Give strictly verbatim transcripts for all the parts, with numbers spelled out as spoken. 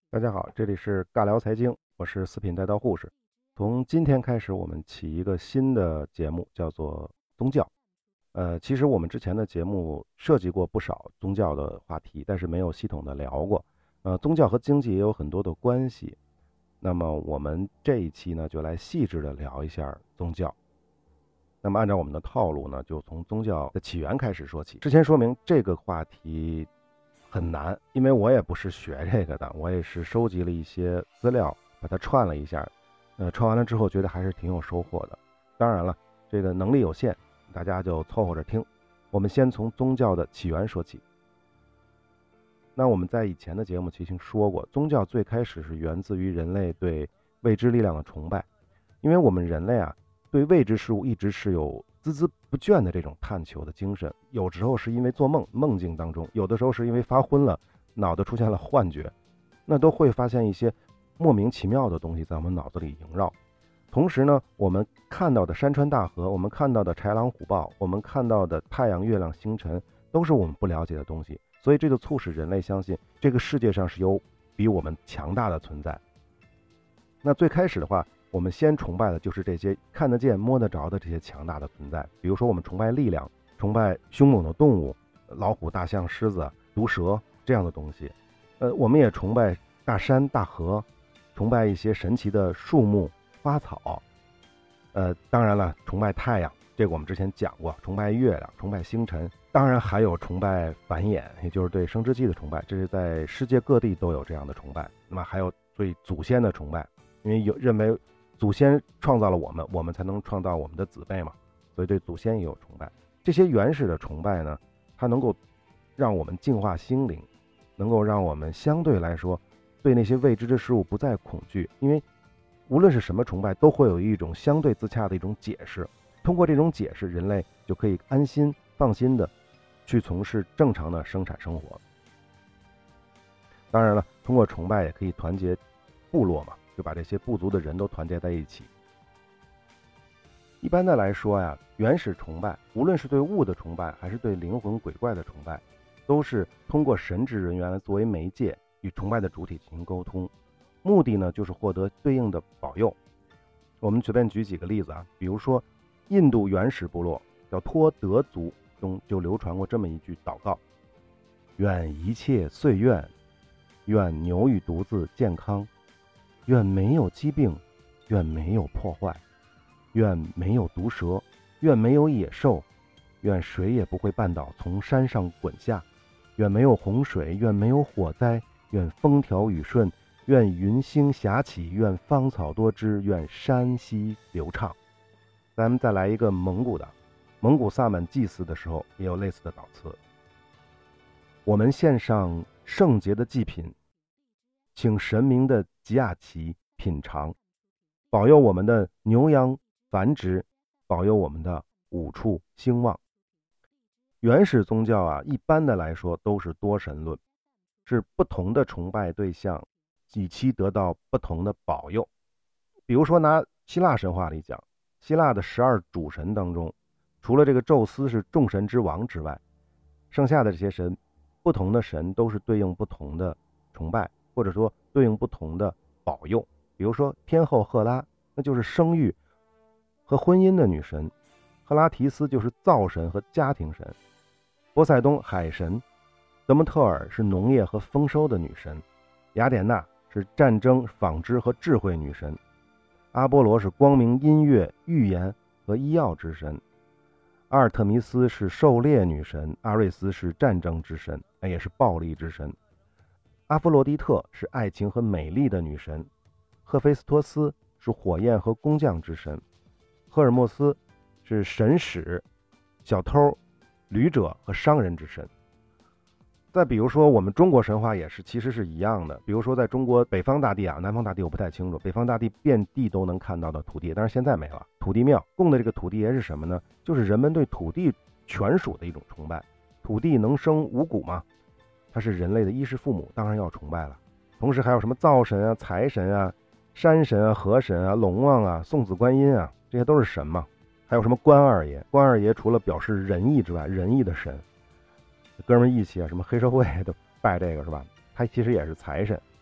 大家好，这里是尬聊财经，我是四品带刀护士。从今天开始，我们起一个新的节目，叫做宗教。呃，其实我们之前的节目涉及过不少宗教的话题，但是没有系统的聊过。呃，宗教和经济也有很多的关系。那么我们这一期呢，就来细致的聊一下宗教。那么按照我们的套路呢，就从宗教的起源开始说起。之前说明这个话题很难，因为我也不是学这个的，我也是收集了一些资料，把它串了一下，呃，串完了之后觉得还是挺有收获的。当然了，这个能力有限，大家就凑合着听。我们先从宗教的起源说起。那我们在以前的节目其实说过，宗教最开始是源自于人类对未知力量的崇拜，因为我们人类啊，对未知事物一直是有孜孜不倦的这种探求的精神，有时候是因为做梦，梦境当中，有的时候是因为发昏了，脑子出现了幻觉，那都会发现一些莫名其妙的东西在我们脑子里萦绕。同时呢，我们看到的山川大河，我们看到的豺狼虎豹，我们看到的太阳、月亮、星辰，都是我们不了解的东西，所以这就促使人类相信这个世界上是有比我们强大的存在。那最开始的话，我们先崇拜的就是这些看得见摸得着的这些强大的存在，比如说我们崇拜力量，崇拜凶猛的动物，老虎、大象、狮子、毒蛇这样的东西。呃，我们也崇拜大山大河，崇拜一些神奇的树木花草。呃，当然了，崇拜太阳，这个我们之前讲过，崇拜月亮，崇拜星辰，当然还有崇拜繁衍，也就是对生殖器的崇拜，这是在世界各地都有这样的崇拜。那么还有对祖先的崇拜，因为有认为祖先创造了我们，我们才能创造我们的子辈嘛，所以对祖先也有崇拜。这些原始的崇拜呢，它能够让我们净化心灵，能够让我们相对来说对那些未知的事物不再恐惧，因为无论是什么崇拜，都会有一种相对自洽的一种解释。通过这种解释，人类就可以安心放心的去从事正常的生产生活。当然了，通过崇拜也可以团结部落嘛，就把这些部族的人都团结在一起。一般的来说呀，原始崇拜，无论是对物的崇拜，还是对灵魂鬼怪的崇拜，都是通过神职人员来作为媒介，与崇拜的主体进行沟通，目的呢就是获得对应的保佑。我们随便举几个例子啊，比如说印度原始部落叫托德族中就流传过这么一句祷告：愿一切岁愿，愿牛与犊子健康，愿没有疾病，愿没有破坏，愿没有毒蛇，愿没有野兽，愿水也不会绊倒从山上滚下，愿没有洪水，愿没有火灾，愿风调雨顺，愿云星霞起，愿芳草多汁，愿山溪流畅。咱们再来一个蒙古的，蒙古萨满祭祀的时候也有类似的祷词：我们献上圣洁的祭品，请神明的吉亚奇品尝，保佑我们的牛羊繁殖，保佑我们的五畜兴旺。原始宗教啊，一般的来说都是多神论，是不同的崇拜对象以期得到不同的保佑。比如说拿希腊神话里讲，希腊的十二主神当中，除了这个宙斯是众神之王之外，剩下的这些神，不同的神都是对应不同的崇拜，或者说对应不同的保佑。比如说天后赫拉，那就是生育和婚姻的女神；赫拉提斯就是灶神和家庭神；波塞冬海神；德蒙特尔是农业和丰收的女神；雅典娜是战争、纺织和智慧女神；阿波罗是光明、音乐、预言和医药之神；阿尔特弥斯是狩猎女神；阿瑞斯是战争之神，也是暴力之神；阿弗罗狄特是爱情和美丽的女神；赫菲斯托斯是火焰和工匠之神；赫尔墨斯是神使、小偷、旅者和商人之神。再比如说我们中国神话也是其实是一样的，比如说在中国北方大地啊，南方大地我不太清楚，北方大地遍地都能看到的土地，但是现在没了。土地庙供的这个土地爷是什么呢？就是人们对土地权属的一种崇拜。土地能生五谷吗？它是人类的衣食父母，当然要崇拜了。同时还有什么灶神啊、财神啊、山神啊、河神啊、龙王啊、送子观音啊，这些都是神嘛。还有什么关二爷？关二爷除了表示仁义之外，仁义的神，哥们义气啊，什么黑社会都拜这个是吧？他其实也是财神。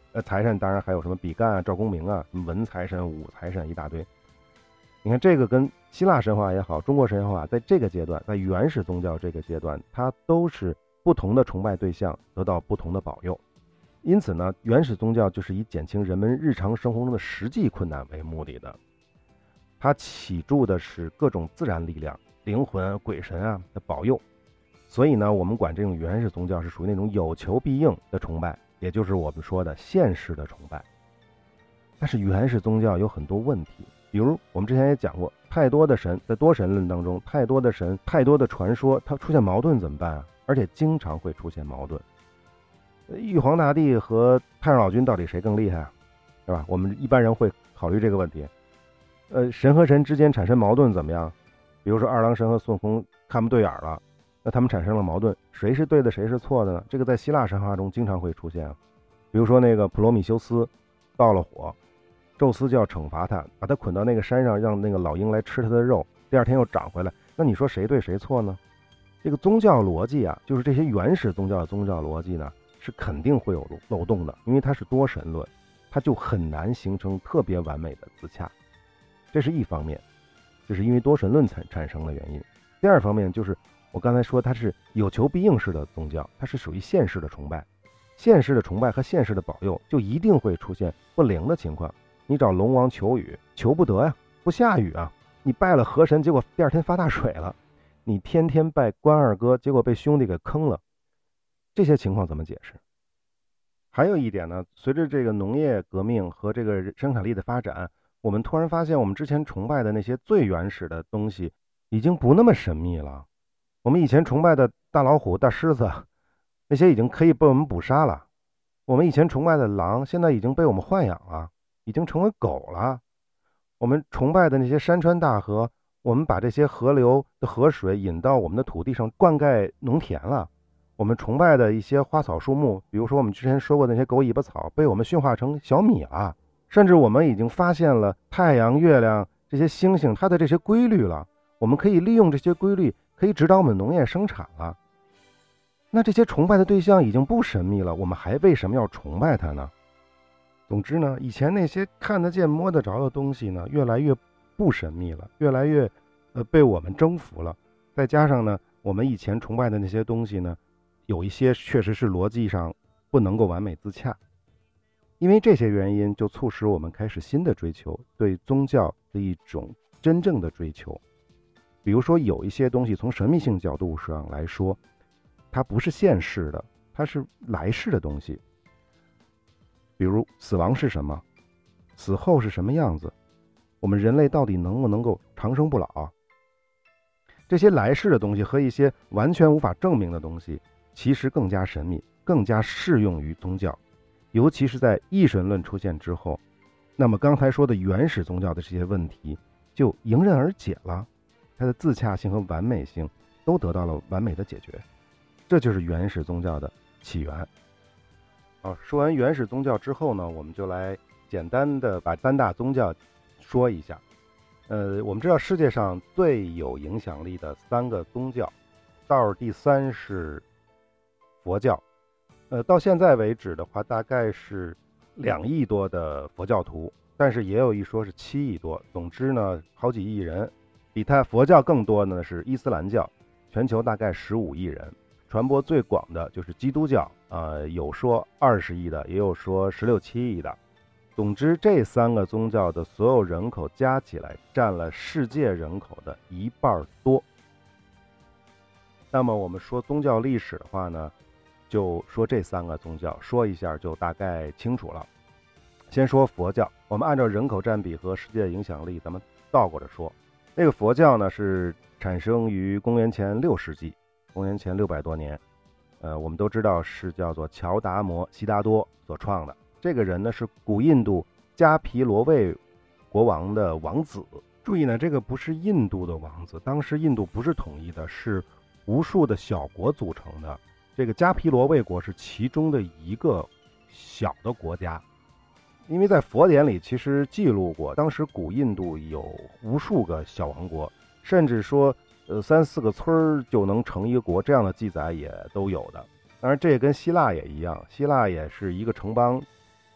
呃，财神当然还有什么比干啊、赵公明啊，什么文财神、武财神一大堆。你看这个跟希腊神话也好，中国神话在这个阶段，在原始宗教这个阶段，它都是不同的崇拜对象得到不同的保佑。因此呢，原始宗教就是以减轻人们日常生活中的实际困难为目的的。它祈祝的是各种自然力量、灵魂、鬼神啊的保佑。所以呢，我们管这种原始宗教是属于那种有求必应的崇拜，也就是我们说的现世的崇拜。但是原始宗教有很多问题，比如我们之前也讲过，太多的神，在多神论当中，太多的神，太多的传说，它出现矛盾怎么办啊？而且经常会出现矛盾。玉皇大帝和太上老君到底谁更厉害啊？是吧？我们一般人会考虑这个问题。呃，神和神之间产生矛盾怎么样？比如说二郎神和孙悟空看不对眼了，那他们产生了矛盾，谁是对的，谁是错的呢？这个在希腊神话中经常会出现啊。比如说那个普罗米修斯爆了火，宙斯就要惩罚他，把他捆到那个山上，让那个老鹰来吃他的肉，第二天又长回来。那你说谁对谁错呢？这个宗教逻辑啊，就是这些原始宗教的宗教逻辑呢，是肯定会有漏洞的，因为它是多神论，它就很难形成特别完美的自洽。这是一方面，这是因为多神论产产生的原因。第二方面就是我刚才说它是有求必应式的宗教，它是属于现世的崇拜。现世的崇拜和现世的保佑就一定会出现不灵的情况。你找龙王求雨，求不得呀，不下雨啊。你拜了河神，结果第二天发大水了。你天天拜关二哥，结果被兄弟给坑了。这些情况怎么解释？还有一点呢，随着这个农业革命和这个生产力的发展，我们突然发现我们之前崇拜的那些最原始的东西已经不那么神秘了。我们以前崇拜的大老虎、大狮子，那些已经可以被我们捕杀了。我们以前崇拜的狼，现在已经被我们豢养了，已经成为狗了。我们崇拜的那些山川大河，我们把这些河流的河水引到我们的土地上灌溉农田了。我们崇拜的一些花草树木，比如说我们之前说过的那些狗尾巴草，被我们驯化成小米了。甚至我们已经发现了太阳、月亮这些星星它的这些规律了，我们可以利用这些规律，可以指导我们农业生产了。那这些崇拜的对象已经不神秘了，我们还为什么要崇拜它呢？总之呢，以前那些看得见摸得着的东西呢，越来越不神秘了，越来越呃被我们征服了。再加上呢，我们以前崇拜的那些东西呢，有一些确实是逻辑上不能够完美自洽。因为这些原因，就促使我们开始新的追求，对宗教的一种真正的追求。比如说有一些东西从神秘性角度上来说，它不是现世的，它是来世的东西。比如死亡是什么，死后是什么样子，我们人类到底能不能够长生不老，这些来世的东西和一些完全无法证明的东西，其实更加神秘，更加适用于宗教。尤其是在一神论出现之后，那么刚才说的原始宗教的这些问题就迎刃而解了，它的自洽性和完美性都得到了完美的解决。这就是原始宗教的起源。好，说完原始宗教之后呢，我们就来简单的把三大宗教说一下。呃，我们知道世界上最有影响力的三个宗教，倒数第三是佛教。呃，到现在为止的话，大概是两亿多的佛教徒，但是也有一说是七亿多。总之呢，好几亿人。比它佛教更多的呢是伊斯兰教，全球大概十五亿人。传播最广的就是基督教，呃，有说二十亿的，也有说十六七亿的。总之，这三个宗教的所有人口加起来，占了世界人口的一半多。那么我们说宗教历史的话呢，就说这三个宗教，说一下就大概清楚了。先说佛教，我们按照人口占比和世界影响力，咱们倒过着说。那个佛教呢，是产生于公元前六世纪，公元前六百多年。呃，我们都知道是叫做乔达摩悉达多所创的。这个人呢，是古印度迦毗罗卫国王的王子。注意呢，这个不是印度的王子，当时印度不是统一的，是无数的小国组成的。这个迦毗罗卫国是其中的一个小的国家。因为在佛典里其实记录过，当时古印度有无数个小王国，甚至说呃三四个村就能成一个国，这样的记载也都有的。当然这也跟希腊也一样，希腊也是一个城邦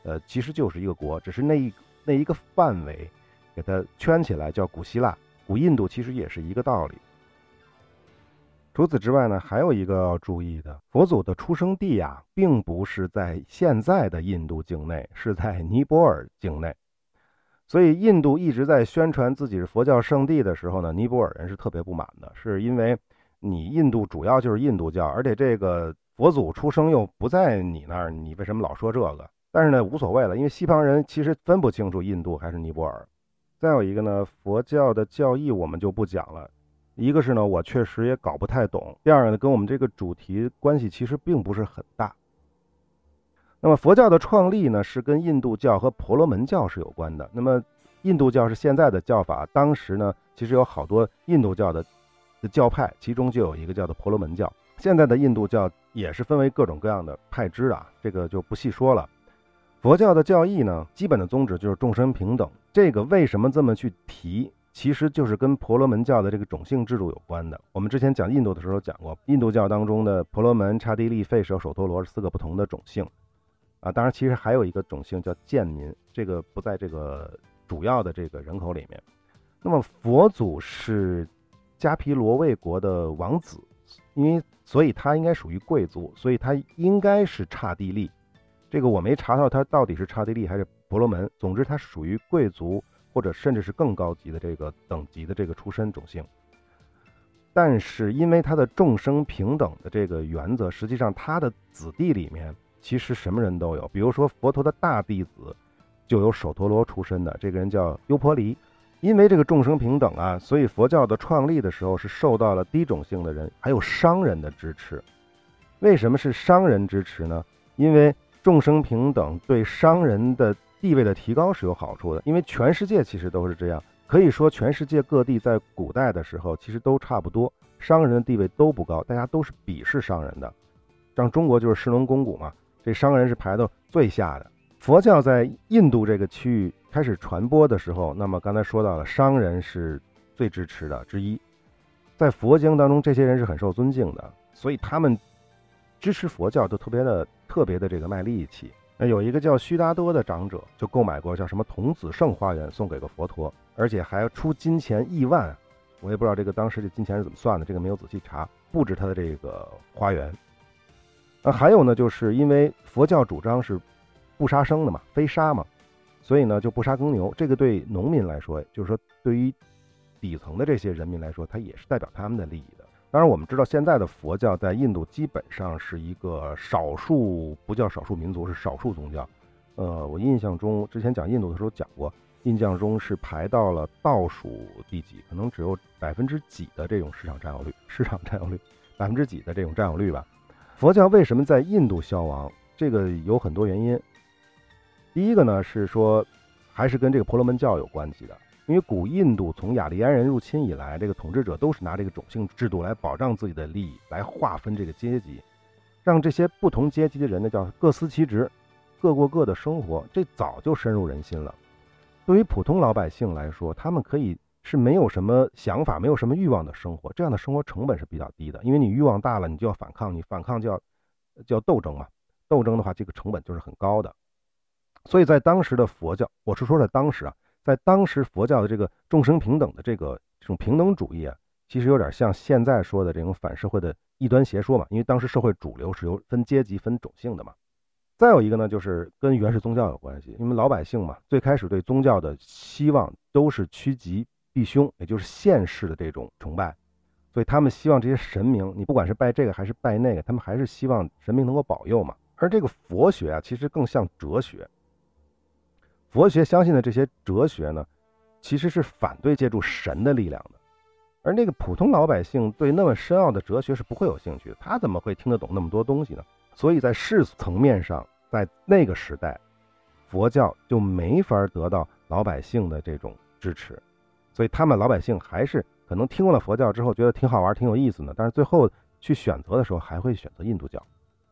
呃，其实就是一个国，只是那一那一个范围给它圈起来叫古希腊，古印度其实也是一个道理。除此之外呢，还有一个要注意的，佛祖的出生地啊，并不是在现在的印度境内，是在尼泊尔境内。所以印度一直在宣传自己是佛教圣地的时候呢，尼泊尔人是特别不满的，是因为你印度主要就是印度教，而且这个佛祖出生又不在你那儿，你为什么老说这个？但是呢，无所谓了，因为西方人其实分不清楚印度还是尼泊尔。再有一个呢，佛教的教义我们就不讲了。一个是呢，我确实也搞不太懂；第二个呢，跟我们这个主题关系其实并不是很大。那么佛教的创立呢，是跟印度教和婆罗门教是有关的。那么印度教是现在的教法，当时呢，其实有好多印度教的的教派，其中就有一个叫做婆罗门教。现在的印度教也是分为各种各样的派支啊，这个就不细说了。佛教的教义呢，基本的宗旨就是众生平等。这个为什么这么去提？其实就是跟婆罗门教的这个种姓制度有关的。我们之前讲印度的时候讲过，印度教当中的婆罗门、刹帝利、吠舍、首陀罗是四个不同的种姓啊。当然，其实还有一个种姓叫贱民，这个不在这个主要的这个人口里面。那么佛祖是迦毗罗卫国的王子，因为所以他应该属于贵族，所以他应该是刹帝利。这个我没查到他到底是刹帝利还是婆罗门，总之他属于贵族，或者甚至是更高级的这个等级的这个出身种姓。但是因为他的众生平等的这个原则，实际上他的子弟里面其实什么人都有。比如说佛陀的大弟子就有首陀罗出身的，这个人叫优婆离。因为这个众生平等啊，所以佛教的创立的时候是受到了低种姓的人还有商人的支持。为什么是商人支持呢？因为众生平等对商人的地位的提高是有好处的，因为全世界其实都是这样，可以说全世界各地在古代的时候其实都差不多，商人的地位都不高，大家都是鄙视商人的。像中国就是士农工贾嘛，这商人是排到最下的。佛教在印度这个区域开始传播的时候，那么刚才说到了，商人是最支持的之一，在佛经当中这些人是很受尊敬的，所以他们支持佛教都特别的特别的这个卖力气。那有一个叫须达多的长者就购买过叫什么童子圣花园送给个佛陀，而且还要出金钱亿万，我也不知道这个当时的金钱是怎么算的，这个没有仔细查，布置他的这个花园。那还有呢，就是因为佛教主张是不杀生的嘛，非杀嘛，所以呢就不杀耕牛，这个对农民来说，就是说对于底层的这些人民来说，它也是代表他们的利益的。当然我们知道现在的佛教在印度基本上是一个少数，不叫少数民族，是少数宗教。呃，我印象中之前讲印度的时候讲过，印象中是排到了倒数第几，可能只有百分之几的这种市场占有率，市场占有率百分之几的这种占有率吧。佛教为什么在印度消亡？这个有很多原因。第一个呢是说，还是跟这个婆罗门教有关系的。因为古印度从雅利安人入侵以来，这个统治者都是拿这个种姓制度来保障自己的利益，来划分这个阶级，让这些不同阶级的人呢叫各司其职，各过各的生活，这早就深入人心了。对于普通老百姓来说，他们可以是没有什么想法、没有什么欲望的生活，这样的生活成本是比较低的，因为你欲望大了，你就要反抗，你反抗就要就要斗争嘛，斗争的话，这个成本就是很高的。所以在当时的佛教，我是说在当时啊。在当时佛教的这个众生平等的这个这种平等主义啊，其实有点像现在说的这种反社会的异端邪说嘛，因为当时社会主流是由分阶级分种姓的嘛。再有一个呢，就是跟原始宗教有关系，因为老百姓嘛，最开始对宗教的希望都是趋吉避凶，也就是现世的这种崇拜，所以他们希望这些神明，你不管是拜这个还是拜那个，他们还是希望神明能够保佑嘛。而这个佛学啊，其实更像哲学。佛学相信的这些哲学呢，其实是反对借助神的力量的，而那个普通老百姓对那么深奥的哲学是不会有兴趣的，他怎么会听得懂那么多东西呢？所以在世俗层面上，在那个时代，佛教就没法得到老百姓的这种支持，所以他们老百姓还是可能听过了佛教之后觉得挺好玩挺有意思的，但是最后去选择的时候还会选择印度教。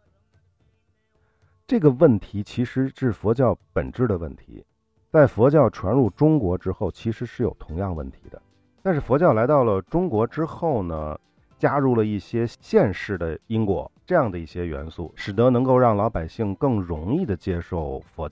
这个问题其实是佛教本质的问题，在佛教传入中国之后其实是有同样问题的，但是佛教来到了中国之后呢，加入了一些现世的因果这样的一些元素，使得能够让老百姓更容易的接受佛教，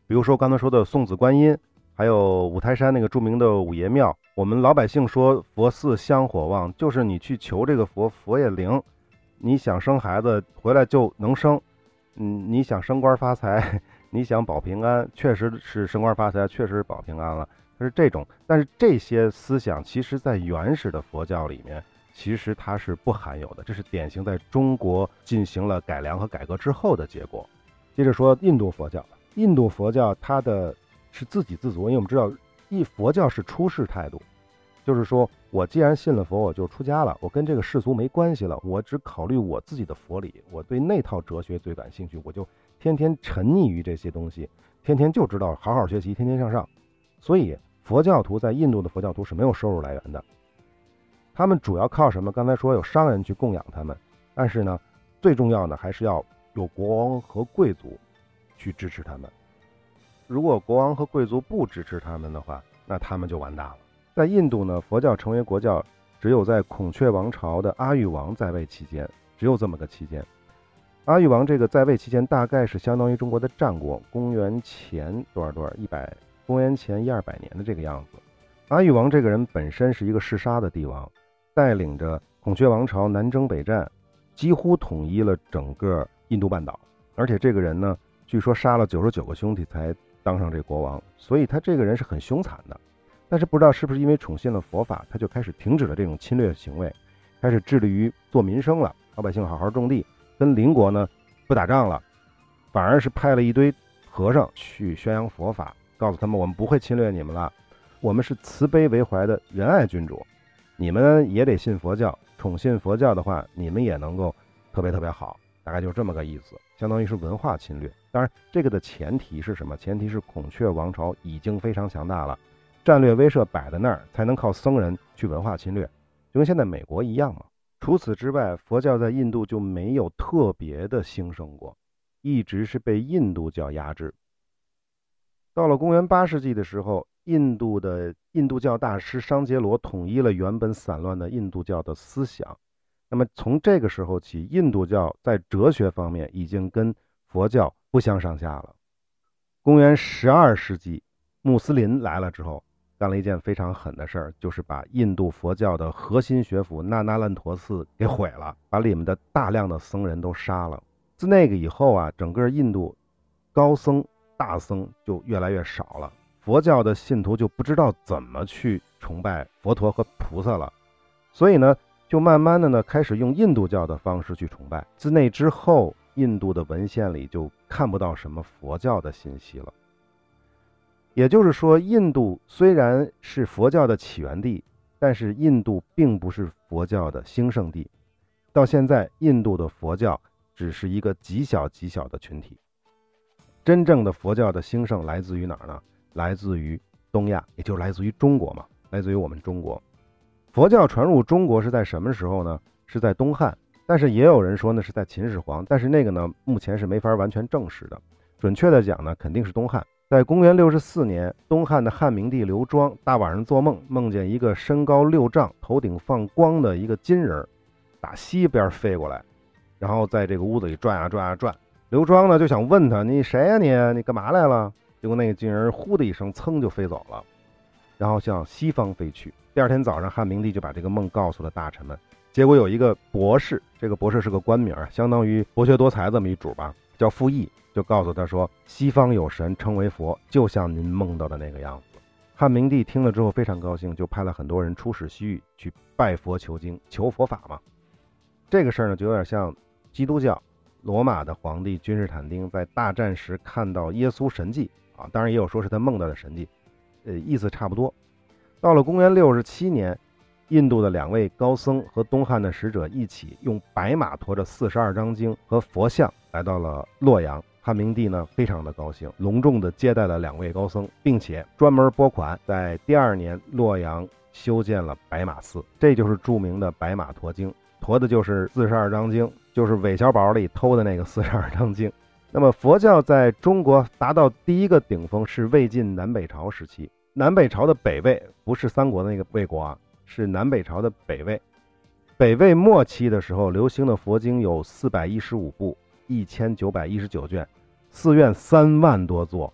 比如说刚才说的送子观音，还有五台山那个著名的五爷庙。我们老百姓说佛寺香火旺，就是你去求这个佛，佛也灵。你想生孩子回来就能生，嗯，你想升官发财，你想保平安，确实是升官发财，确实是保平安了。它是这种，但是这些思想其实在原始的佛教里面，其实它是不含有的，这是典型在中国进行了改良和改革之后的结果。接着说印度佛教，印度佛教它的是自给自足，因为我们知道一佛教是出世态度，就是说我既然信了佛，我就出家了，我跟这个世俗没关系了，我只考虑我自己的佛理，我对那套哲学最感兴趣，我就天天沉溺于这些东西，天天就知道好好学习，天天向上。所以佛教徒在印度的佛教徒是没有收入来源的，他们主要靠什么？刚才说有商人去供养他们，但是呢，最重要的还是要有国王和贵族去支持他们。如果国王和贵族不支持他们的话，那他们就完蛋了。在印度呢，佛教成为国教，只有在孔雀王朝的阿育王在位期间，只有这么个期间。阿育王这个在位期间，大概是相当于中国的战国，公元前多少多少一百。公元前一二百年的这个样子。阿育王这个人本身是一个嗜杀的帝王，带领着孔雀王朝南征北战，几乎统一了整个印度半岛。而且这个人呢，据说杀了九十九个兄弟才当上这国王，所以他这个人是很凶残的。但是不知道是不是因为宠信了佛法，他就开始停止了这种侵略行为，开始致力于做民生了，老百姓好好种地，跟邻国呢不打仗了，反而是派了一堆和尚去宣扬佛法，告诉他们我们不会侵略你们了，我们是慈悲为怀的仁爱君主，你们也得信佛教，宠信佛教的话，你们也能够特别特别好，大概就是这么个意思，相当于是文化侵略。当然这个的前提是什么？前提是孔雀王朝已经非常强大了，战略威慑摆在那儿，才能靠僧人去文化侵略，就跟现在美国一样嘛。除此之外，佛教在印度就没有特别的兴盛过，一直是被印度教压制。到了公元八世纪的时候，印度的印度教大师商杰罗统一了原本散乱的印度教的思想。那么从这个时候起，印度教在哲学方面已经跟佛教不相上下了。公元十二世纪，穆斯林来了之后，干了一件非常狠的事儿，就是把印度佛教的核心学府那那烂陀寺给毁了，把里面的大量的僧人都杀了。自那个以后啊，整个印度高僧大僧就越来越少了，佛教的信徒就不知道怎么去崇拜佛陀和菩萨了，所以呢，就慢慢的呢开始用印度教的方式去崇拜。自那之后，印度的文献里就看不到什么佛教的信息了。也就是说，印度虽然是佛教的起源地，但是印度并不是佛教的兴盛地。到现在，印度的佛教只是一个极小极小的群体。真正的佛教的兴盛来自于哪儿呢？来自于东亚，也就是来自于中国嘛，来自于我们中国。佛教传入中国是在什么时候呢？是在东汉，但是也有人说呢是在秦始皇，但是那个呢目前是没法完全证实的。准确的讲呢，肯定是东汉。在公元六十四年，东汉的汉明帝刘庄大晚上做梦，梦见一个身高六丈、头顶放光的一个金人打西边飞过来，然后在这个屋子里转啊转啊转。刘庄呢就想问他，你谁呀、啊、你你干嘛来了？结果那个金人呼的一声噌就飞走了，然后向西方飞去。第二天早上，汉明帝就把这个梦告诉了大臣们。结果有一个博士，这个博士是个官名，相当于博学多才这么一主吧，叫傅毅，就告诉他说，西方有神称为佛，就像您梦到的那个样子。汉明帝听了之后非常高兴，就派了很多人出使西域去拜佛求经，求佛法嘛。这个事儿呢，就有点像基督教罗马的皇帝君士坦丁在大战时看到耶稣神迹啊，当然也有说是他梦到的神迹，呃，意思差不多。到了公元六十七年，印度的两位高僧和东汉的使者一起用白马驮着四十二章经和佛像来到了洛阳。汉明帝呢非常的高兴，隆重的接待了两位高僧，并且专门拨款在第二年洛阳修建了白马寺，这就是著名的白马驮经，驮的就是四十二章经，就是韦小宝里偷的那个四十二章经。那么佛教在中国达到第一个顶峰是魏晋南北朝时期，南北朝的北魏不是三国的那个魏国啊，是南北朝的北魏。北魏末期的时候，流行的佛经有四百一十五部，一千九百一十九卷，寺院三万多座，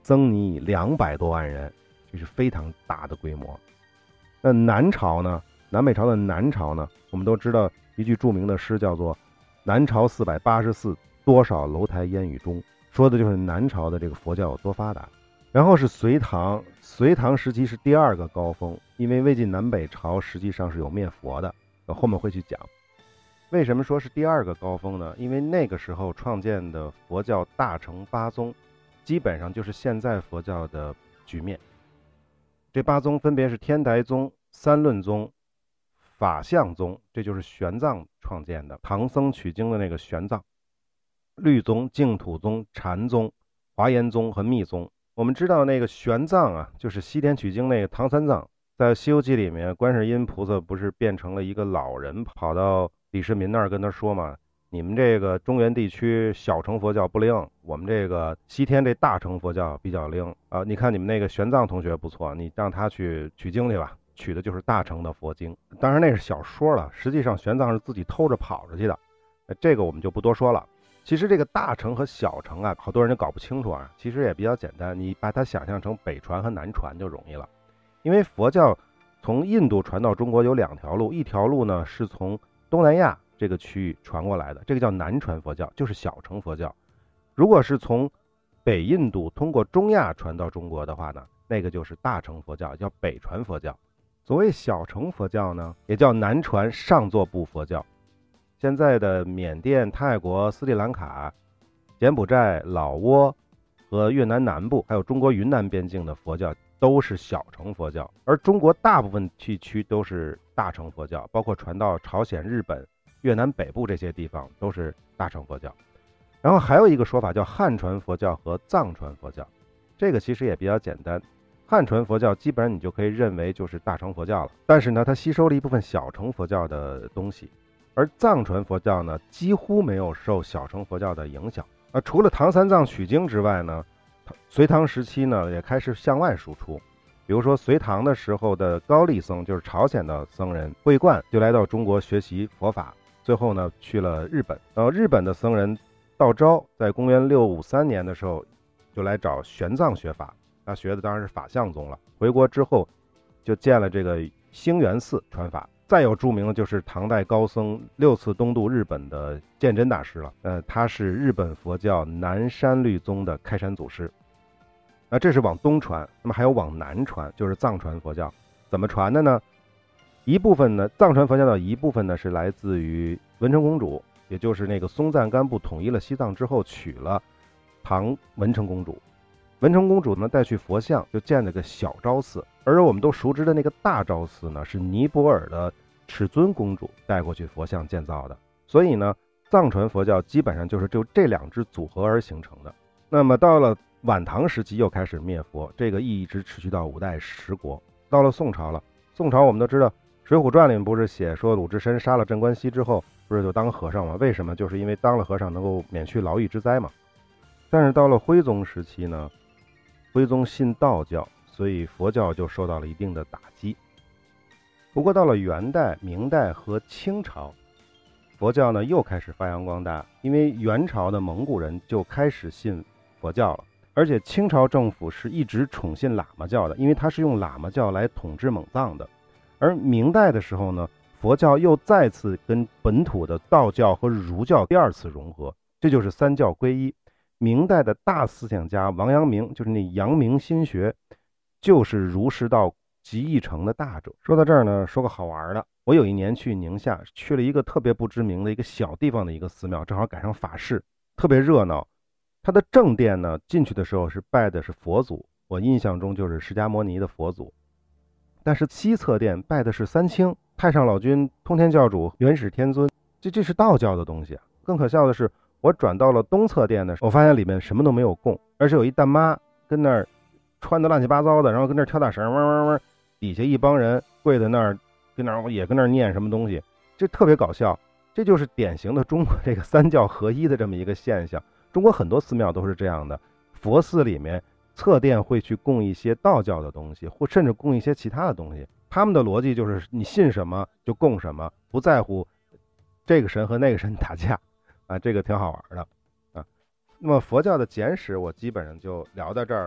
曾尼两百多万人，这是非常大的规模。那南朝呢？南北朝的南朝呢？我们都知道一句著名的诗叫做“南朝四百八十寺，多少楼台烟雨中”，说的就是南朝的这个佛教有多发达。然后是隋唐，隋唐时期是第二个高峰，因为魏晋南北朝实际上是有灭佛的，后面会去讲。为什么说是第二个高峰呢？因为那个时候创建的佛教大乘八宗，基本上就是现在佛教的局面。这八宗分别是天台宗、三论宗、法相宗，这就是玄奘创建的，唐僧取经的那个玄奘；律宗、净土宗、禅宗、华严宗和密宗。我们知道那个玄奘啊，就是西天取经那个唐三藏，在《西游记》里面，观世音菩萨不是变成了一个老人，跑到李世民那儿跟他说嘛，你们这个中原地区小乘佛教不灵，我们这个西天这大乘佛教比较灵啊。你看你们那个玄奘同学不错，你让他去取经去吧，取的就是大乘的佛经。当然那是小说了，实际上玄奘是自己偷着跑出去的，这个我们就不多说了。其实这个大乘和小乘啊，好多人就搞不清楚啊。其实也比较简单，你把它想象成北传和南传就容易了。因为佛教从印度传到中国有两条路，一条路呢是从东南亚这个区域传过来的，这个叫南传佛教，就是小乘佛教。如果是从北印度通过中亚传到中国的话呢，那个就是大乘佛教，叫北传佛教。所谓小乘佛教呢，也叫南传上座部佛教。现在的缅甸、泰国、斯里兰卡、柬埔寨、老挝和越南南部，还有中国云南边境的佛教都是小乘佛教，而中国大部分地区都是大乘佛教，包括传到朝鲜、日本、越南北部这些地方都是大乘佛教。然后还有一个说法叫汉传佛教和藏传佛教，这个其实也比较简单。汉传佛教基本上你就可以认为就是大乘佛教了，但是呢，它吸收了一部分小乘佛教的东西。而藏传佛教呢，几乎没有受小乘佛教的影响。啊，除了唐三藏取经之外呢，隋唐时期呢也开始向外输出。比如说隋唐的时候的高丽僧，就是朝鲜的僧人慧观，就来到中国学习佛法，最后呢去了日本。然后日本的僧人道昭在公元六五三年的时候就来找玄奘学法，他学的当然是法相宗了。回国之后就建了这个兴元寺传法。再有著名的就是唐代高僧六次东渡日本的鉴真大师了，呃，他是日本佛教南山律宗的开山祖师。那这是往东传，那么还有往南传，就是藏传佛教。怎么传的呢？一部分呢，藏传佛教的一部分呢是来自于文成公主，也就是那个松赞干布统一了西藏之后娶了唐文成公主。文成公主呢带去佛像，就建了个小昭寺，而我们都熟知的那个大昭寺呢，是尼泊尔的尺尊公主带过去佛像建造的。所以呢，藏传佛教基本上就是就这两支组合而形成的。那么到了晚唐时期又开始灭佛，这个一直持续到五代十国。到了宋朝了，宋朝我们都知道，《水浒传》里面不是写说鲁智深杀了镇关西之后，不是就当和尚吗？为什么？就是因为当了和尚能够免去牢狱之灾嘛。但是到了徽宗时期呢，徽宗信道教，所以佛教就受到了一定的打击。不过到了元代、明代和清朝，佛教呢又开始发扬光大，因为元朝的蒙古人就开始信佛教了，而且清朝政府是一直宠信喇嘛教的，因为它是用喇嘛教来统治蒙藏的。而明代的时候呢，佛教又再次跟本土的道教和儒教第二次融合，这就是三教归一。明代的大思想家王阳明，就是那阳明心学，就是儒释道集一成的大者。说到这儿呢，说个好玩的，我有一年去宁夏，去了一个特别不知名的一个小地方的一个寺庙，正好赶上法事，特别热闹。它的正殿呢，进去的时候是拜的是佛祖，我印象中就是释迦摩尼的佛祖。但是西侧殿拜的是三清，太上老君、通天教主、元始天尊，这这是道教的东西。更可笑的是，我转到了东侧殿的时候，我发现里面什么都没有供，而且有一大妈跟那儿穿的乱七八糟的，然后跟那儿跳大绳，嗡嗡嗡，底下一帮人跪在那儿，跟那儿也跟那儿念什么东西，这特别搞笑。这就是典型的中国这个三教合一的这么一个现象。中国很多寺庙都是这样的，佛寺里面侧殿会去供一些道教的东西，或甚至供一些其他的东西。他们的逻辑就是你信什么就供什么，不在乎这个神和那个神打架啊，这个挺好玩的啊。那么佛教的简史我基本上就聊到这儿了。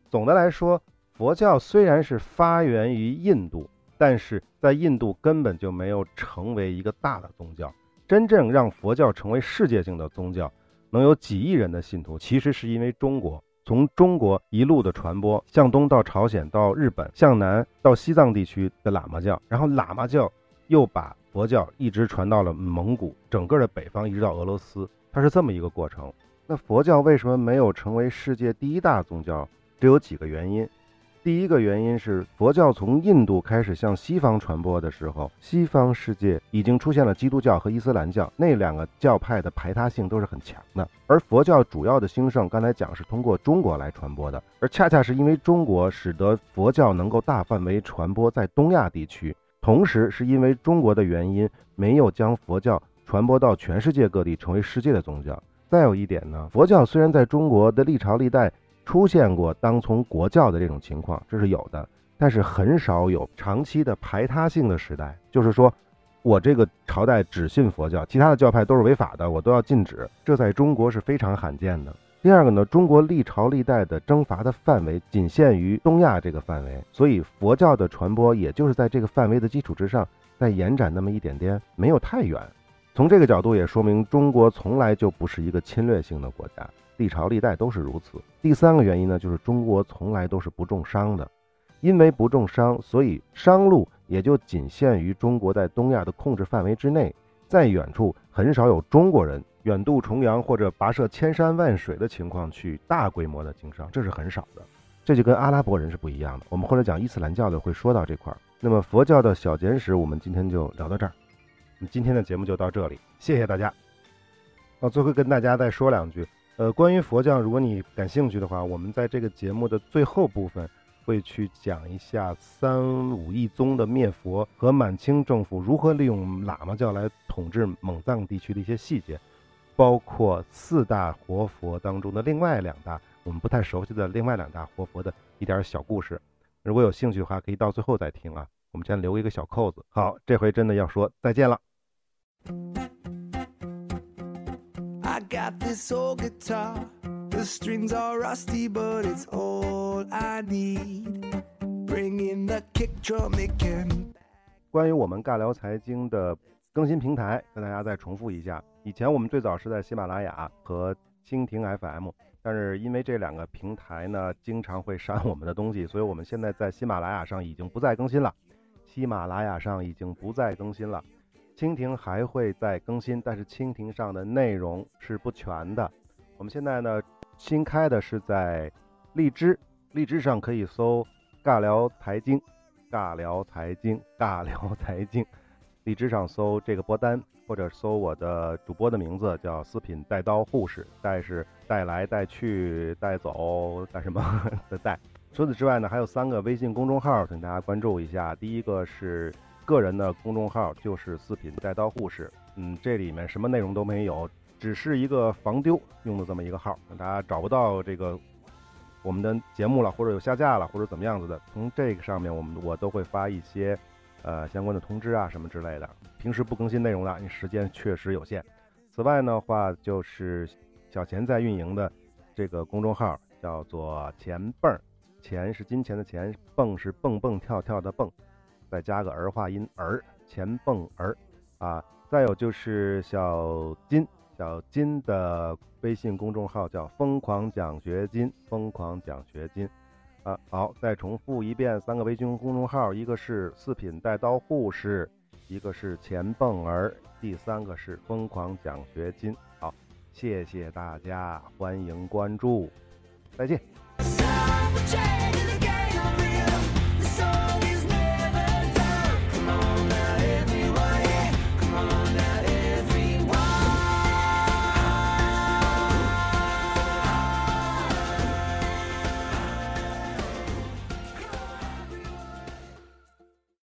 总的来说，佛教虽然是发源于印度，但是在印度根本就没有成为一个大的宗教。真正让佛教成为世界性的宗教，能有几亿人的信徒，其实是因为中国从中国一路的传播，向东到朝鲜到日本，向南到西藏地区的喇嘛教，然后喇嘛教又把佛教一直传到了蒙古，整个的北方一直到俄罗斯，它是这么一个过程。那佛教为什么没有成为世界第一大宗教？这有几个原因。第一个原因是佛教从印度开始向西方传播的时候，西方世界已经出现了基督教和伊斯兰教，那两个教派的排他性都是很强的。而佛教主要的兴盛，刚才讲是通过中国来传播的，而恰恰是因为中国使得佛教能够大范围传播在东亚地区，同时是因为中国的原因，没有将佛教传播到全世界各地，成为世界的宗教。再有一点呢，佛教虽然在中国的历朝历代出现过当从国教的这种情况，这是有的，但是很少有长期的排他性的时代，就是说我这个朝代只信佛教，其他的教派都是违法的，我都要禁止，这在中国是非常罕见的。第二个呢，中国历朝历代的征伐的范围仅限于东亚这个范围，所以佛教的传播也就是在这个范围的基础之上再延展那么一点点，没有太远。从这个角度也说明中国从来就不是一个侵略性的国家，历朝历代都是如此。第三个原因呢，就是中国从来都是不重商的，因为不重商，所以商路也就仅限于中国在东亚的控制范围之内，在远处很少有中国人远渡重洋或者跋涉千山万水的情况去大规模的经商，这是很少的。这就跟阿拉伯人是不一样的，我们后来讲伊斯兰教的会说到这块。那么佛教的小简史我们今天就聊到这儿，我们今天的节目就到这里，谢谢大家。啊，最后跟大家再说两句，呃，关于佛教，如果你感兴趣的话，我们在这个节目的最后部分会去讲一下三武一宗的灭佛和满清政府如何利用喇嘛教来统治蒙藏地区的一些细节，包括四大活佛当中的另外两大我们不太熟悉的另外两大活佛的一点小故事。如果有兴趣的话，可以到最后再听啊，我们先留一个小扣子。好，这回真的要说再见了。I got this old guitar, the strings are rusty, but it's all I need. Bring in the kick drum, it can. 关于我们尬聊财经的更新平台，跟大家再重复一下。以前我们最早是在喜马拉雅和蜻蜓 F M， 但是因为这两个平台呢经常会删我们的东西，所以我们现在在喜马拉雅上已经不再更新了。喜马拉雅上已经不再更新了。蜻蜓还会再更新，但是蜻蜓上的内容是不全的。我们现在呢新开的是在荔枝，荔枝上可以搜尬聊财经，尬聊财经，尬聊财经，荔枝上搜这个播单，或者搜我的主播的名字叫四品带刀护士，带是带来带去带走带什么的带。除此之外呢，还有三个微信公众号请大家关注一下。第一个是个人的公众号，就是四品带刀护士，嗯，这里面什么内容都没有，只是一个防丢用的这么一个号，大家找不到这个我们的节目了，或者有下架了，或者怎么样子的，从这个上面我们我都会发一些呃相关的通知啊什么之类的。平时不更新内容的，因为时间确实有限。此外的话，就是小钱在运营的这个公众号叫做钱蹦，钱是金钱的钱，蹦是蹦蹦跳跳的蹦，再加个儿化音儿，钱蹦儿啊。再有就是小金，小金的微信公众号叫疯狂奖学金，疯狂奖学金啊。好，再重复一遍三个微信公众号，一个是四品带刀护士，一个是钱蹦儿，第三个是疯狂奖学金。好，谢谢大家，欢迎关注，再见。